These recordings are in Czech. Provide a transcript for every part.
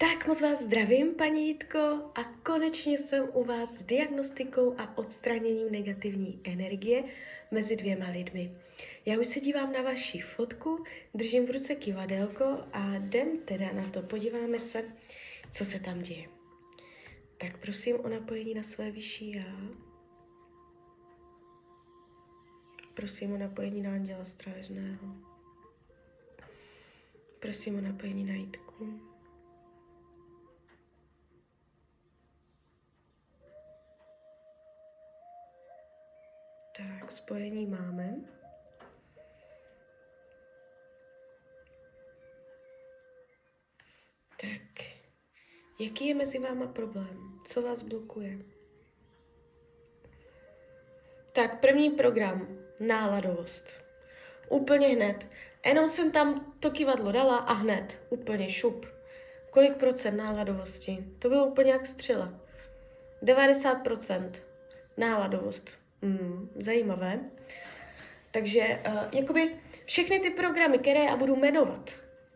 Tak moc vás zdravím, paní Jitko, a konečně jsem u vás s diagnostikou a odstraněním negativní energie mezi dvěma lidmi. Já už se dívám na vaši fotku, držím v ruce kivadelko a jdem teda na to. Podíváme se, co se tam děje. Tak prosím o napojení na své vyšší já. Prosím o napojení na Anděla Strážného. Prosím o napojení na Jitku. Tak, spojení máme. Tak, jaký je mezi váma problém? Co vás blokuje? Tak, první program, náladovost. Úplně hned. Jenom jsem tam to kivadlo dala a hned, úplně šup. Kolik procent náladovosti? To bylo úplně jak střela. 90% náladovost. Zajímavé. Takže jakoby všechny ty programy, které já budu jmenovat,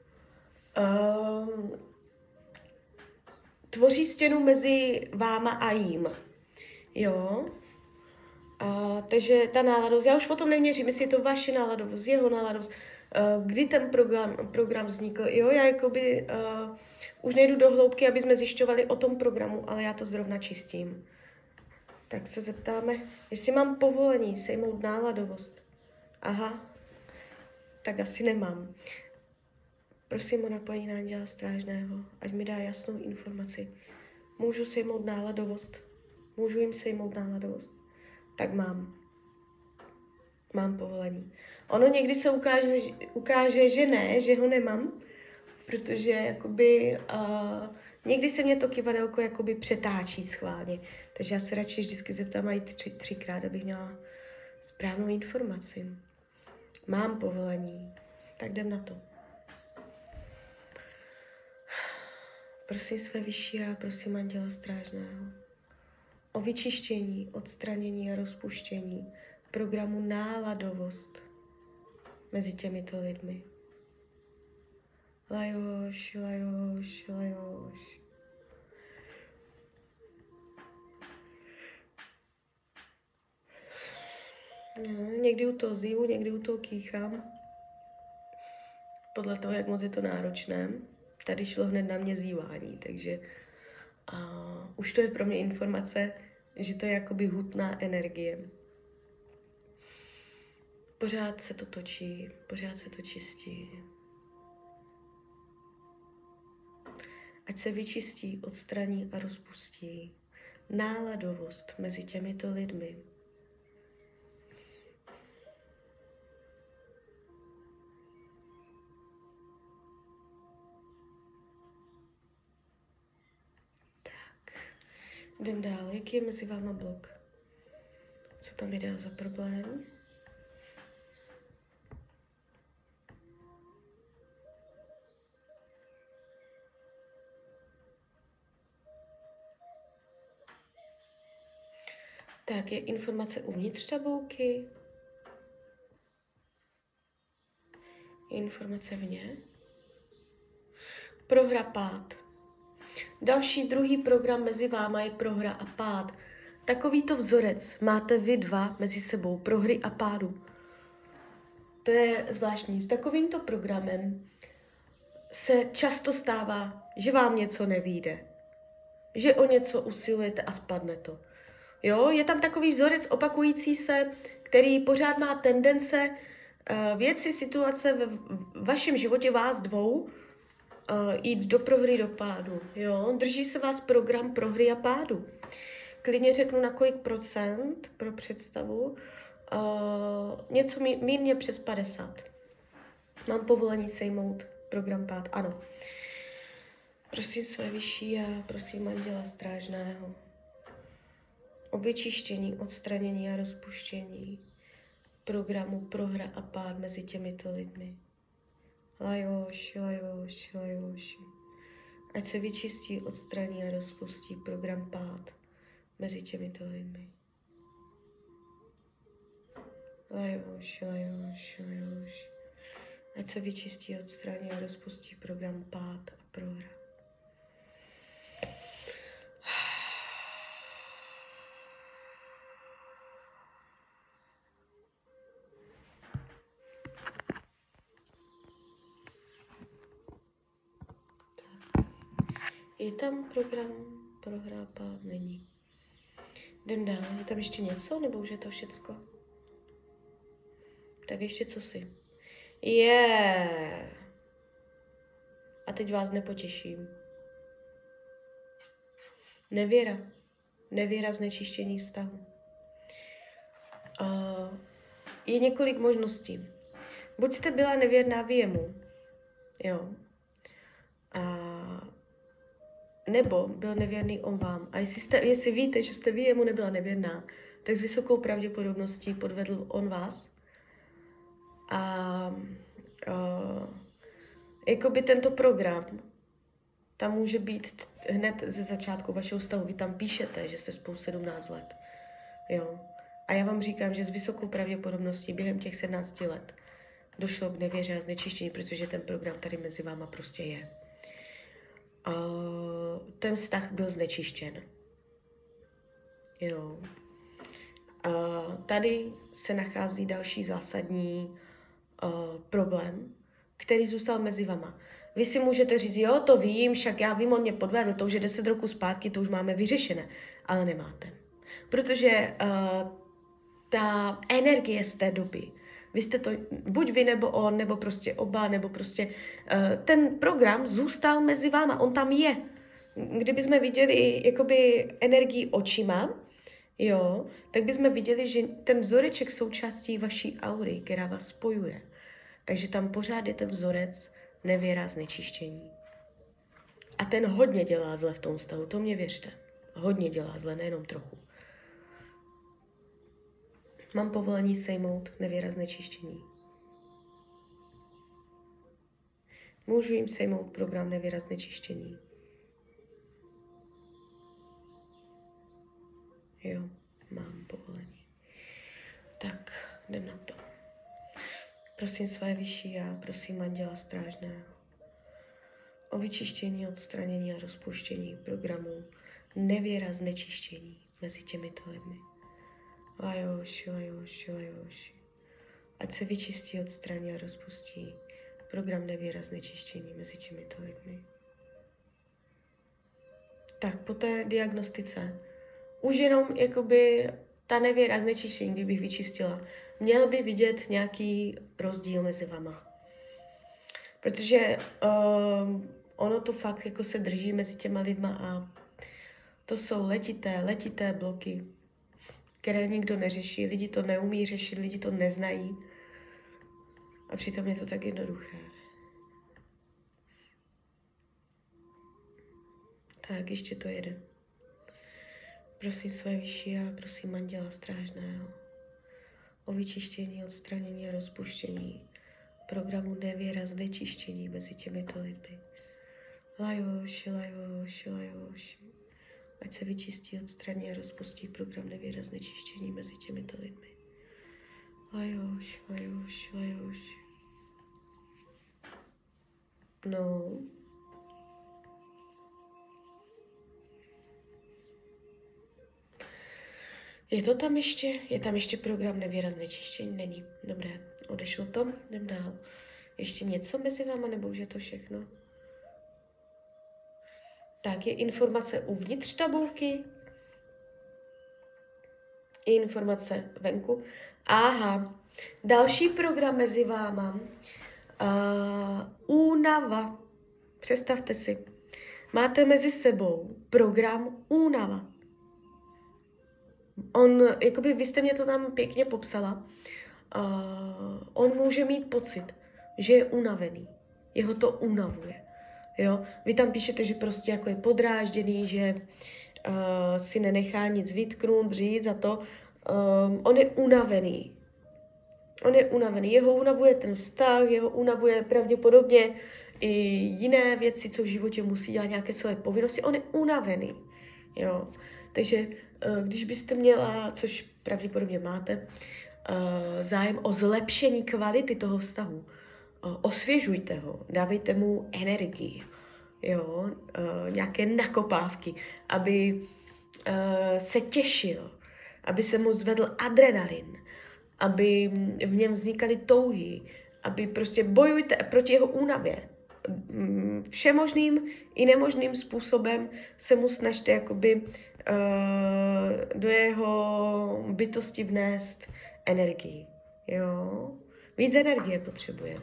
tvoří stěnu mezi váma a jím. Jo? Takže ta náladovost, já už potom neměřím, jestli je to vaše náladovost, jeho náladovost, kdy ten program vznikl. Jo? Já jakoby už nejdu do hloubky, aby jsme zjišťovali o tom programu, ale já to zrovna čistím. Tak se zeptáme, jestli mám povolení sejmout náladovost. Aha, tak asi nemám. Prosím o napojení na Anděla Strážného, ať mi dá jasnou informaci. Můžu sejmout náladovost? Můžu jim sejmout náladovost? Tak mám. Mám povolení. Ono někdy se ukáže, že ne, že ho nemám, protože jakoby, někdy se mě to kivadelko jakoby přetáčí schválně. Takže já se radši vždycky zeptám i třikrát, abych měla správnou informaci. Mám povolení. Tak jdem na to. Prosím své vyšší a prosím Anděla Strážného o vyčištění, odstranění a rozpuštění programu náladovost mezi těmito lidmi. Lajoš, lajoš, lajoš. Někdy u toho zívu, někdy u toho kýchám. Podle toho, jak moc je to náročné. Tady šlo hned na mě zívání, takže už to je pro mě informace, že to je jakoby hutná energie. Pořád se to točí, pořád se to čistí. Ať se vyčistí, odstraní a rozpustí náladovost mezi těmito lidmi. Jdem dál. Jaký je mezi váma blok? Co tam jde za problém? Tak, je informace uvnitř tabulky? Je informace vně? Prohra pád. Další druhý program mezi váma je prohra a pád. Takovýto vzorec máte vy dva mezi sebou, prohry a pádu. To je zvláštní. S takovýmto programem se často stává, že vám něco nevyjde. Že o něco usilujete a spadne to. Jo, je tam takový vzorec opakující se, který pořád má tendence věci, situace v vašem životě vás dvou jít do prohry, do pádu. Jo? Drží se vás program prohry a pádu. Klidně řeknu na kolik procent pro představu. Něco mírně přes 50. Mám povolení sejmout program pád. Ano. Prosím své vyšší a prosím Anděla Strážného o vyčištění, odstranění a rozpuštění programu prohra a pád mezi těmito lidmi. Lajoši, lajoši, lajoši. Ať se vyčistí, odstraní a rozpustí program pád mezi těmito lidmi. Lajoši, lajoši, lajoši. Ať se vyčistí, odstraní a rozpustí program pád a prohra. Je tam program prohra a pád? Není. Jdem dál. Je tam ještě něco, nebo už je to všecko? Tak ještě co si? A teď vás nepotěším. Nevěra. Nevěra, znečištění vztahu. Je několik možností. Buď jste byla nevěrná vy jemu, jo, nebo byl nevěrný on vám. A jestli víte, že jste vy jemu nebyla nevěrná, tak s vysokou pravděpodobností podvedl on vás. Jakoby tento program tam může být hned ze začátku vašeho vztahu. Vy tam píšete, že jste spolu 17 let. Jo. A já vám říkám, že s vysokou pravděpodobností během těch 17 let došlo k nevěře a znečištění, protože ten program tady mezi váma prostě je. Ten vztah byl znečištěn. Jo. Tady se nachází další zásadní problém, který zůstal mezi vama. Vy si můžete říct, jo, to vím, však já vím, on mě podvedl, to už je 10 roků zpátky, to už máme vyřešené, ale nemáte. Protože ta energie z té doby, vy jste to, buď vy, nebo on, nebo prostě oba, nebo prostě ten program zůstal mezi váma, on tam je. Kdybychom viděli jakoby energii očima, jo, tak bychom viděli, že ten vzoreček součástí vaší aury, která vás spojuje. Takže tam pořád je ten vzorec nevěra, znečištění. A ten hodně dělá zle v tom vztahu, to mě věřte. Hodně dělá zle, nejenom trochu. Mám povolení sejmout nevěra, znečištění. Můžu jim sejmout program nevěra, znečištění. Jo, mám povolení. Tak, jdem na to. Prosím své vyšší já, prosím anděla strážného o vyčištění, odstranění a rozpuštění programů nevěra, znečištění mezi těmito lidmi. Lajoši, lajoši, lajoši. Ať se vyčistí, odstraní a rozpustí program nevěra, znečištění mezi těmito lidmi. Tak po té diagnostice už jenom jakoby ta nevěra, znečištění, kdybych vyčistila, měl by vidět nějaký rozdíl mezi vama. Protože ono to fakt jako se drží mezi těma lidma a to jsou letité bloky, které nikdo neřeší, lidi to neumí řešit, lidi to neznají. A přitom je to tak jednoduché. Tak, ještě to jede. Prosím své vyšší a prosím anděla strážného o vyčištění, odstranění a rozpuštění programu nevěra, znečištění mezi těmito lidmi. Lajoši, lajoši, lajoši. Ať se vyčistí, odstraní a rozpustí program nevěra, znečištění mezi těmito lidmi. Lajoši, lajoši, lajoši. No. Je to tam ještě? Je tam ještě program nevěra, znečištění? Není. Dobré, odešlo to, jdem dál. Ještě něco mezi váma, nebo už je to všechno? Tak, je informace uvnitř tabulky. Je informace venku. Aha, další program mezi váma. Únava. Představte si. Máte mezi sebou program únava. Jakoby vy jste mě to tam pěkně popsala, on může mít pocit, že je unavený. Jeho to unavuje. Jo? Vy tam píšete, že prostě jako je podrážděný, že si nenechá nic vytknout, říct a to. On je unavený. Jeho unavuje ten vztah, jeho unavuje pravděpodobně i jiné věci, co v životě musí dělat, nějaké své povinnosti. On je unavený. Jo? Takže když byste měla, což pravděpodobně máte, zájem o zlepšení kvality toho vztahu, osvěžujte ho, dávejte mu energii, jo? Nějaké nakopávky, aby se těšil, aby se mu zvedl adrenalin, aby v něm vznikaly touhy, aby prostě bojujte proti jeho únavě. všemožným i nemožným způsobem se mu snažte jakoby do jeho bytosti vnést energii. Jo? Víc energie potřebuje.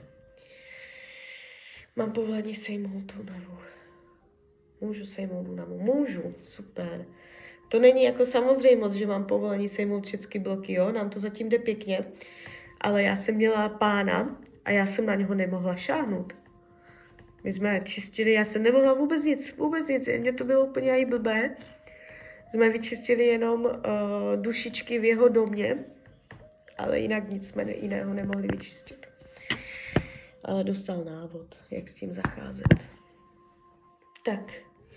Mám povolení sejmout únavu. Můžu sejmout únavu. Můžu. Super. To není jako samozřejmost, že mám povolení sejmout všechny bloky, jo? Nám to zatím jde pěkně. Ale já jsem měla pána a já jsem na něho nemohla šáhnout. My jsme čistili, já jsem nemohla vůbec nic. Mně to bylo úplně i blbé. Jsme vyčistili jenom dušičky v jeho domě, ale jinak nic jsme jiného nemohli vyčistit. Ale dostal návod, jak s tím zacházet. Tak.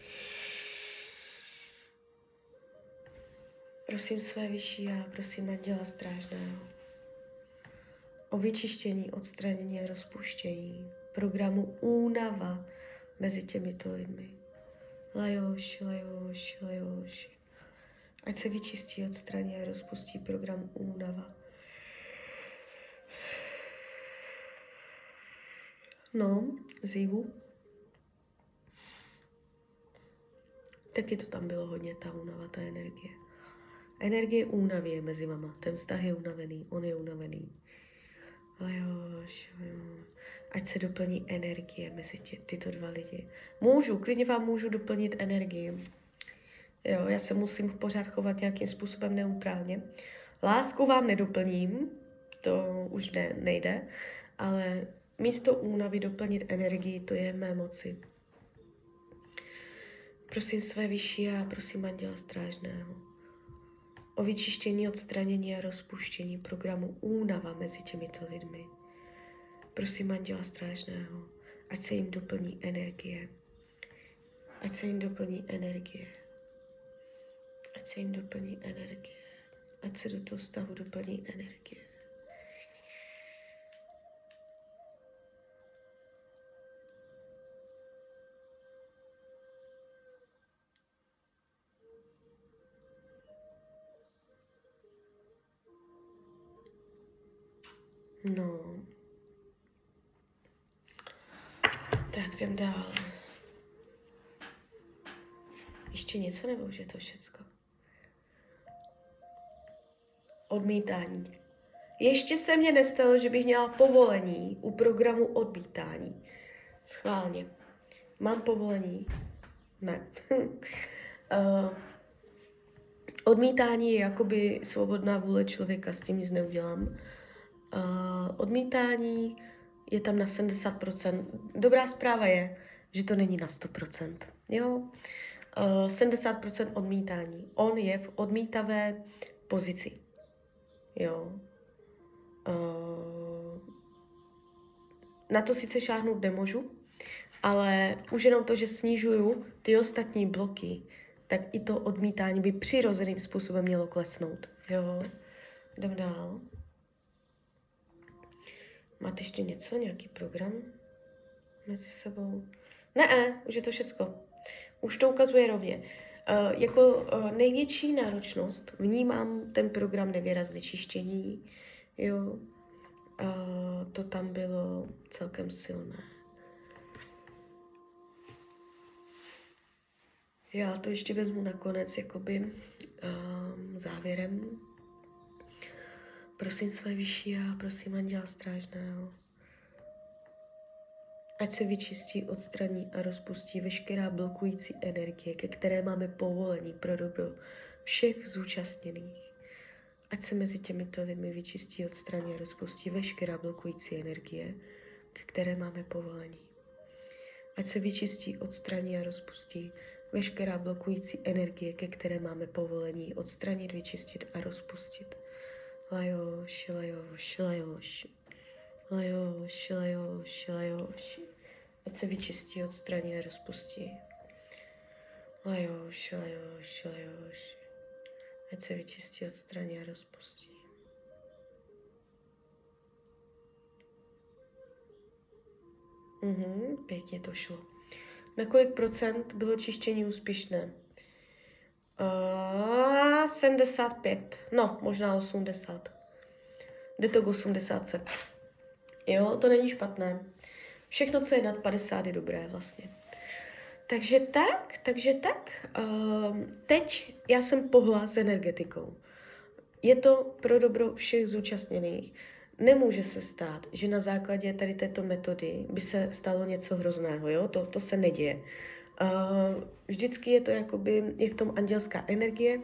Prosím své vyšší já, prosím Anděla Strážného o vyčištění, odstranění a rozpuštění programu únava mezi těmito lidmi. Lajoši. Ať se vyčistí, odstraní a rozpustí program únava. No, zívu. Taky to tam bylo hodně, ta únava, ta energie. Energie únavy je mezi vama. Ten vztah je unavený, on je unavený. Lajoš. Ať se doplní energie mezi tyto dva lidi. Klidně vám můžu doplnit energii. Jo, já se musím pořád chovat nějakým způsobem neutrálně. Lásku vám nedoplním, to už nejde, ale místo únavy doplnit energii, to je v mé moci. Prosím své vyšší a prosím Anděla Strážného o vyčištění, odstranění a rozpuštění programu únava mezi těmito lidmi. Prosím Anděla Strážného, ať se jim doplní energie. Ať se jim doplní energie. Ať se do toho vztahu doplní energie. No. Tak jdem dál. Ještě něco, nebo už je to všecko? Odmítání. Ještě se mně nestalo, že bych měla povolení u programu odmítání. Schválně. Mám povolení? Ne. Odmítání je jakoby svobodná vůle člověka, s tím nic neudělám. Odmítání je tam na 70%. Dobrá zpráva je, že to není na 100%. Jo? 70% odmítání. On je v odmítavé pozici. Jo. Na to sice šáhnout nemůžu, ale už jenom to, že snižuju ty ostatní bloky, tak i to odmítání by přirozeným způsobem mělo klesnout. Jo. Jdem dál. Máte ještě něco? Nějaký program mezi sebou? Ne, už je to všecko. Už to ukazuje rovně. Jako největší náročnost vnímám ten program nevýrazné čištění. Jo. To tam bylo celkem silné. Já to ještě vezmu nakonec jakoby závěrem. Prosím své vyšší a prosím Anděla Strážného, ať se vyčistí, odstraní a rozpustí veškerá blokující energie, ke které máme povolení pro dobro všech zúčastněných. Ať se mezi těmito lidmi vyčistí, odstraní a rozpustí veškerá blokující energie, ke které máme povolení. Ať se vyčistí, odstraní a rozpustí veškerá blokující energie, ke které máme povolení odstranit, vyčistit a rozpustit. Lajoš. Ať se vyčistí, odstraní a rozpustí. Lajoš. Ať se vyčistí, odstraní a rozpustí. Pěkně to šlo. Na kolik procent bylo čištění úspěšné? 75. No, možná 80. Jde to k 80. Jo, to není špatné. Všechno, co je nad 50, je dobré vlastně. Takže tak. Teď já jsem pohla s energetikou. Je to pro dobro všech zúčastněných. Nemůže se stát, že na základě tady této metody by se stalo něco hrozného, jo? To se neděje. Vždycky je to jakoby, je v tom andělská energie.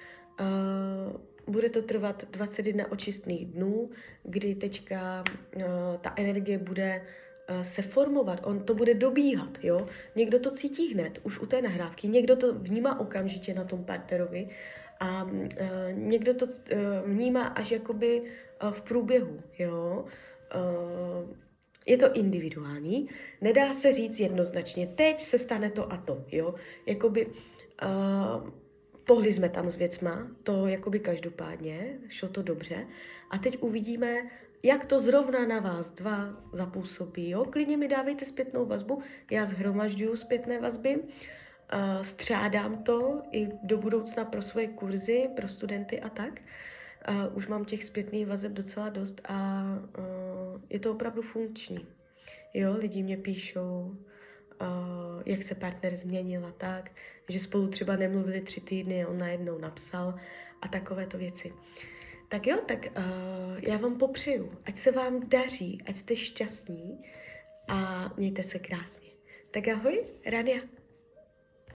Bude to trvat 21 očistných dnů, kdy teďka ta energie bude se formovat, on to bude dobíhat, jo. Někdo to cítí hned, už u té nahrávky, někdo to vnímá okamžitě na tom partnerovi a někdo to vnímá až jakoby v průběhu, jo. Je to individuální, nedá se říct jednoznačně, teď se stane to a to, jo. Jakoby pohli jsme tam s věcma, to jakoby každopádně, šlo to dobře a teď uvidíme, jak to zrovna na vás dva zapůsobí, jo? Klidně mi dávejte zpětnou vazbu, já shromažďuju zpětné vazby, střádám to i do budoucna pro svoje kurzy, pro studenty a tak. Už mám těch zpětných vazeb docela dost a je to opravdu funkční. Jo, lidi mě píšou, jak se partner změnil a tak, že spolu třeba nemluvili 3 týdny a on najednou napsal a takovéto věci. Tak jo, tak já vám popřeju, ať se vám daří, ať jste šťastní a mějte se krásně. Tak ahoj, Rania.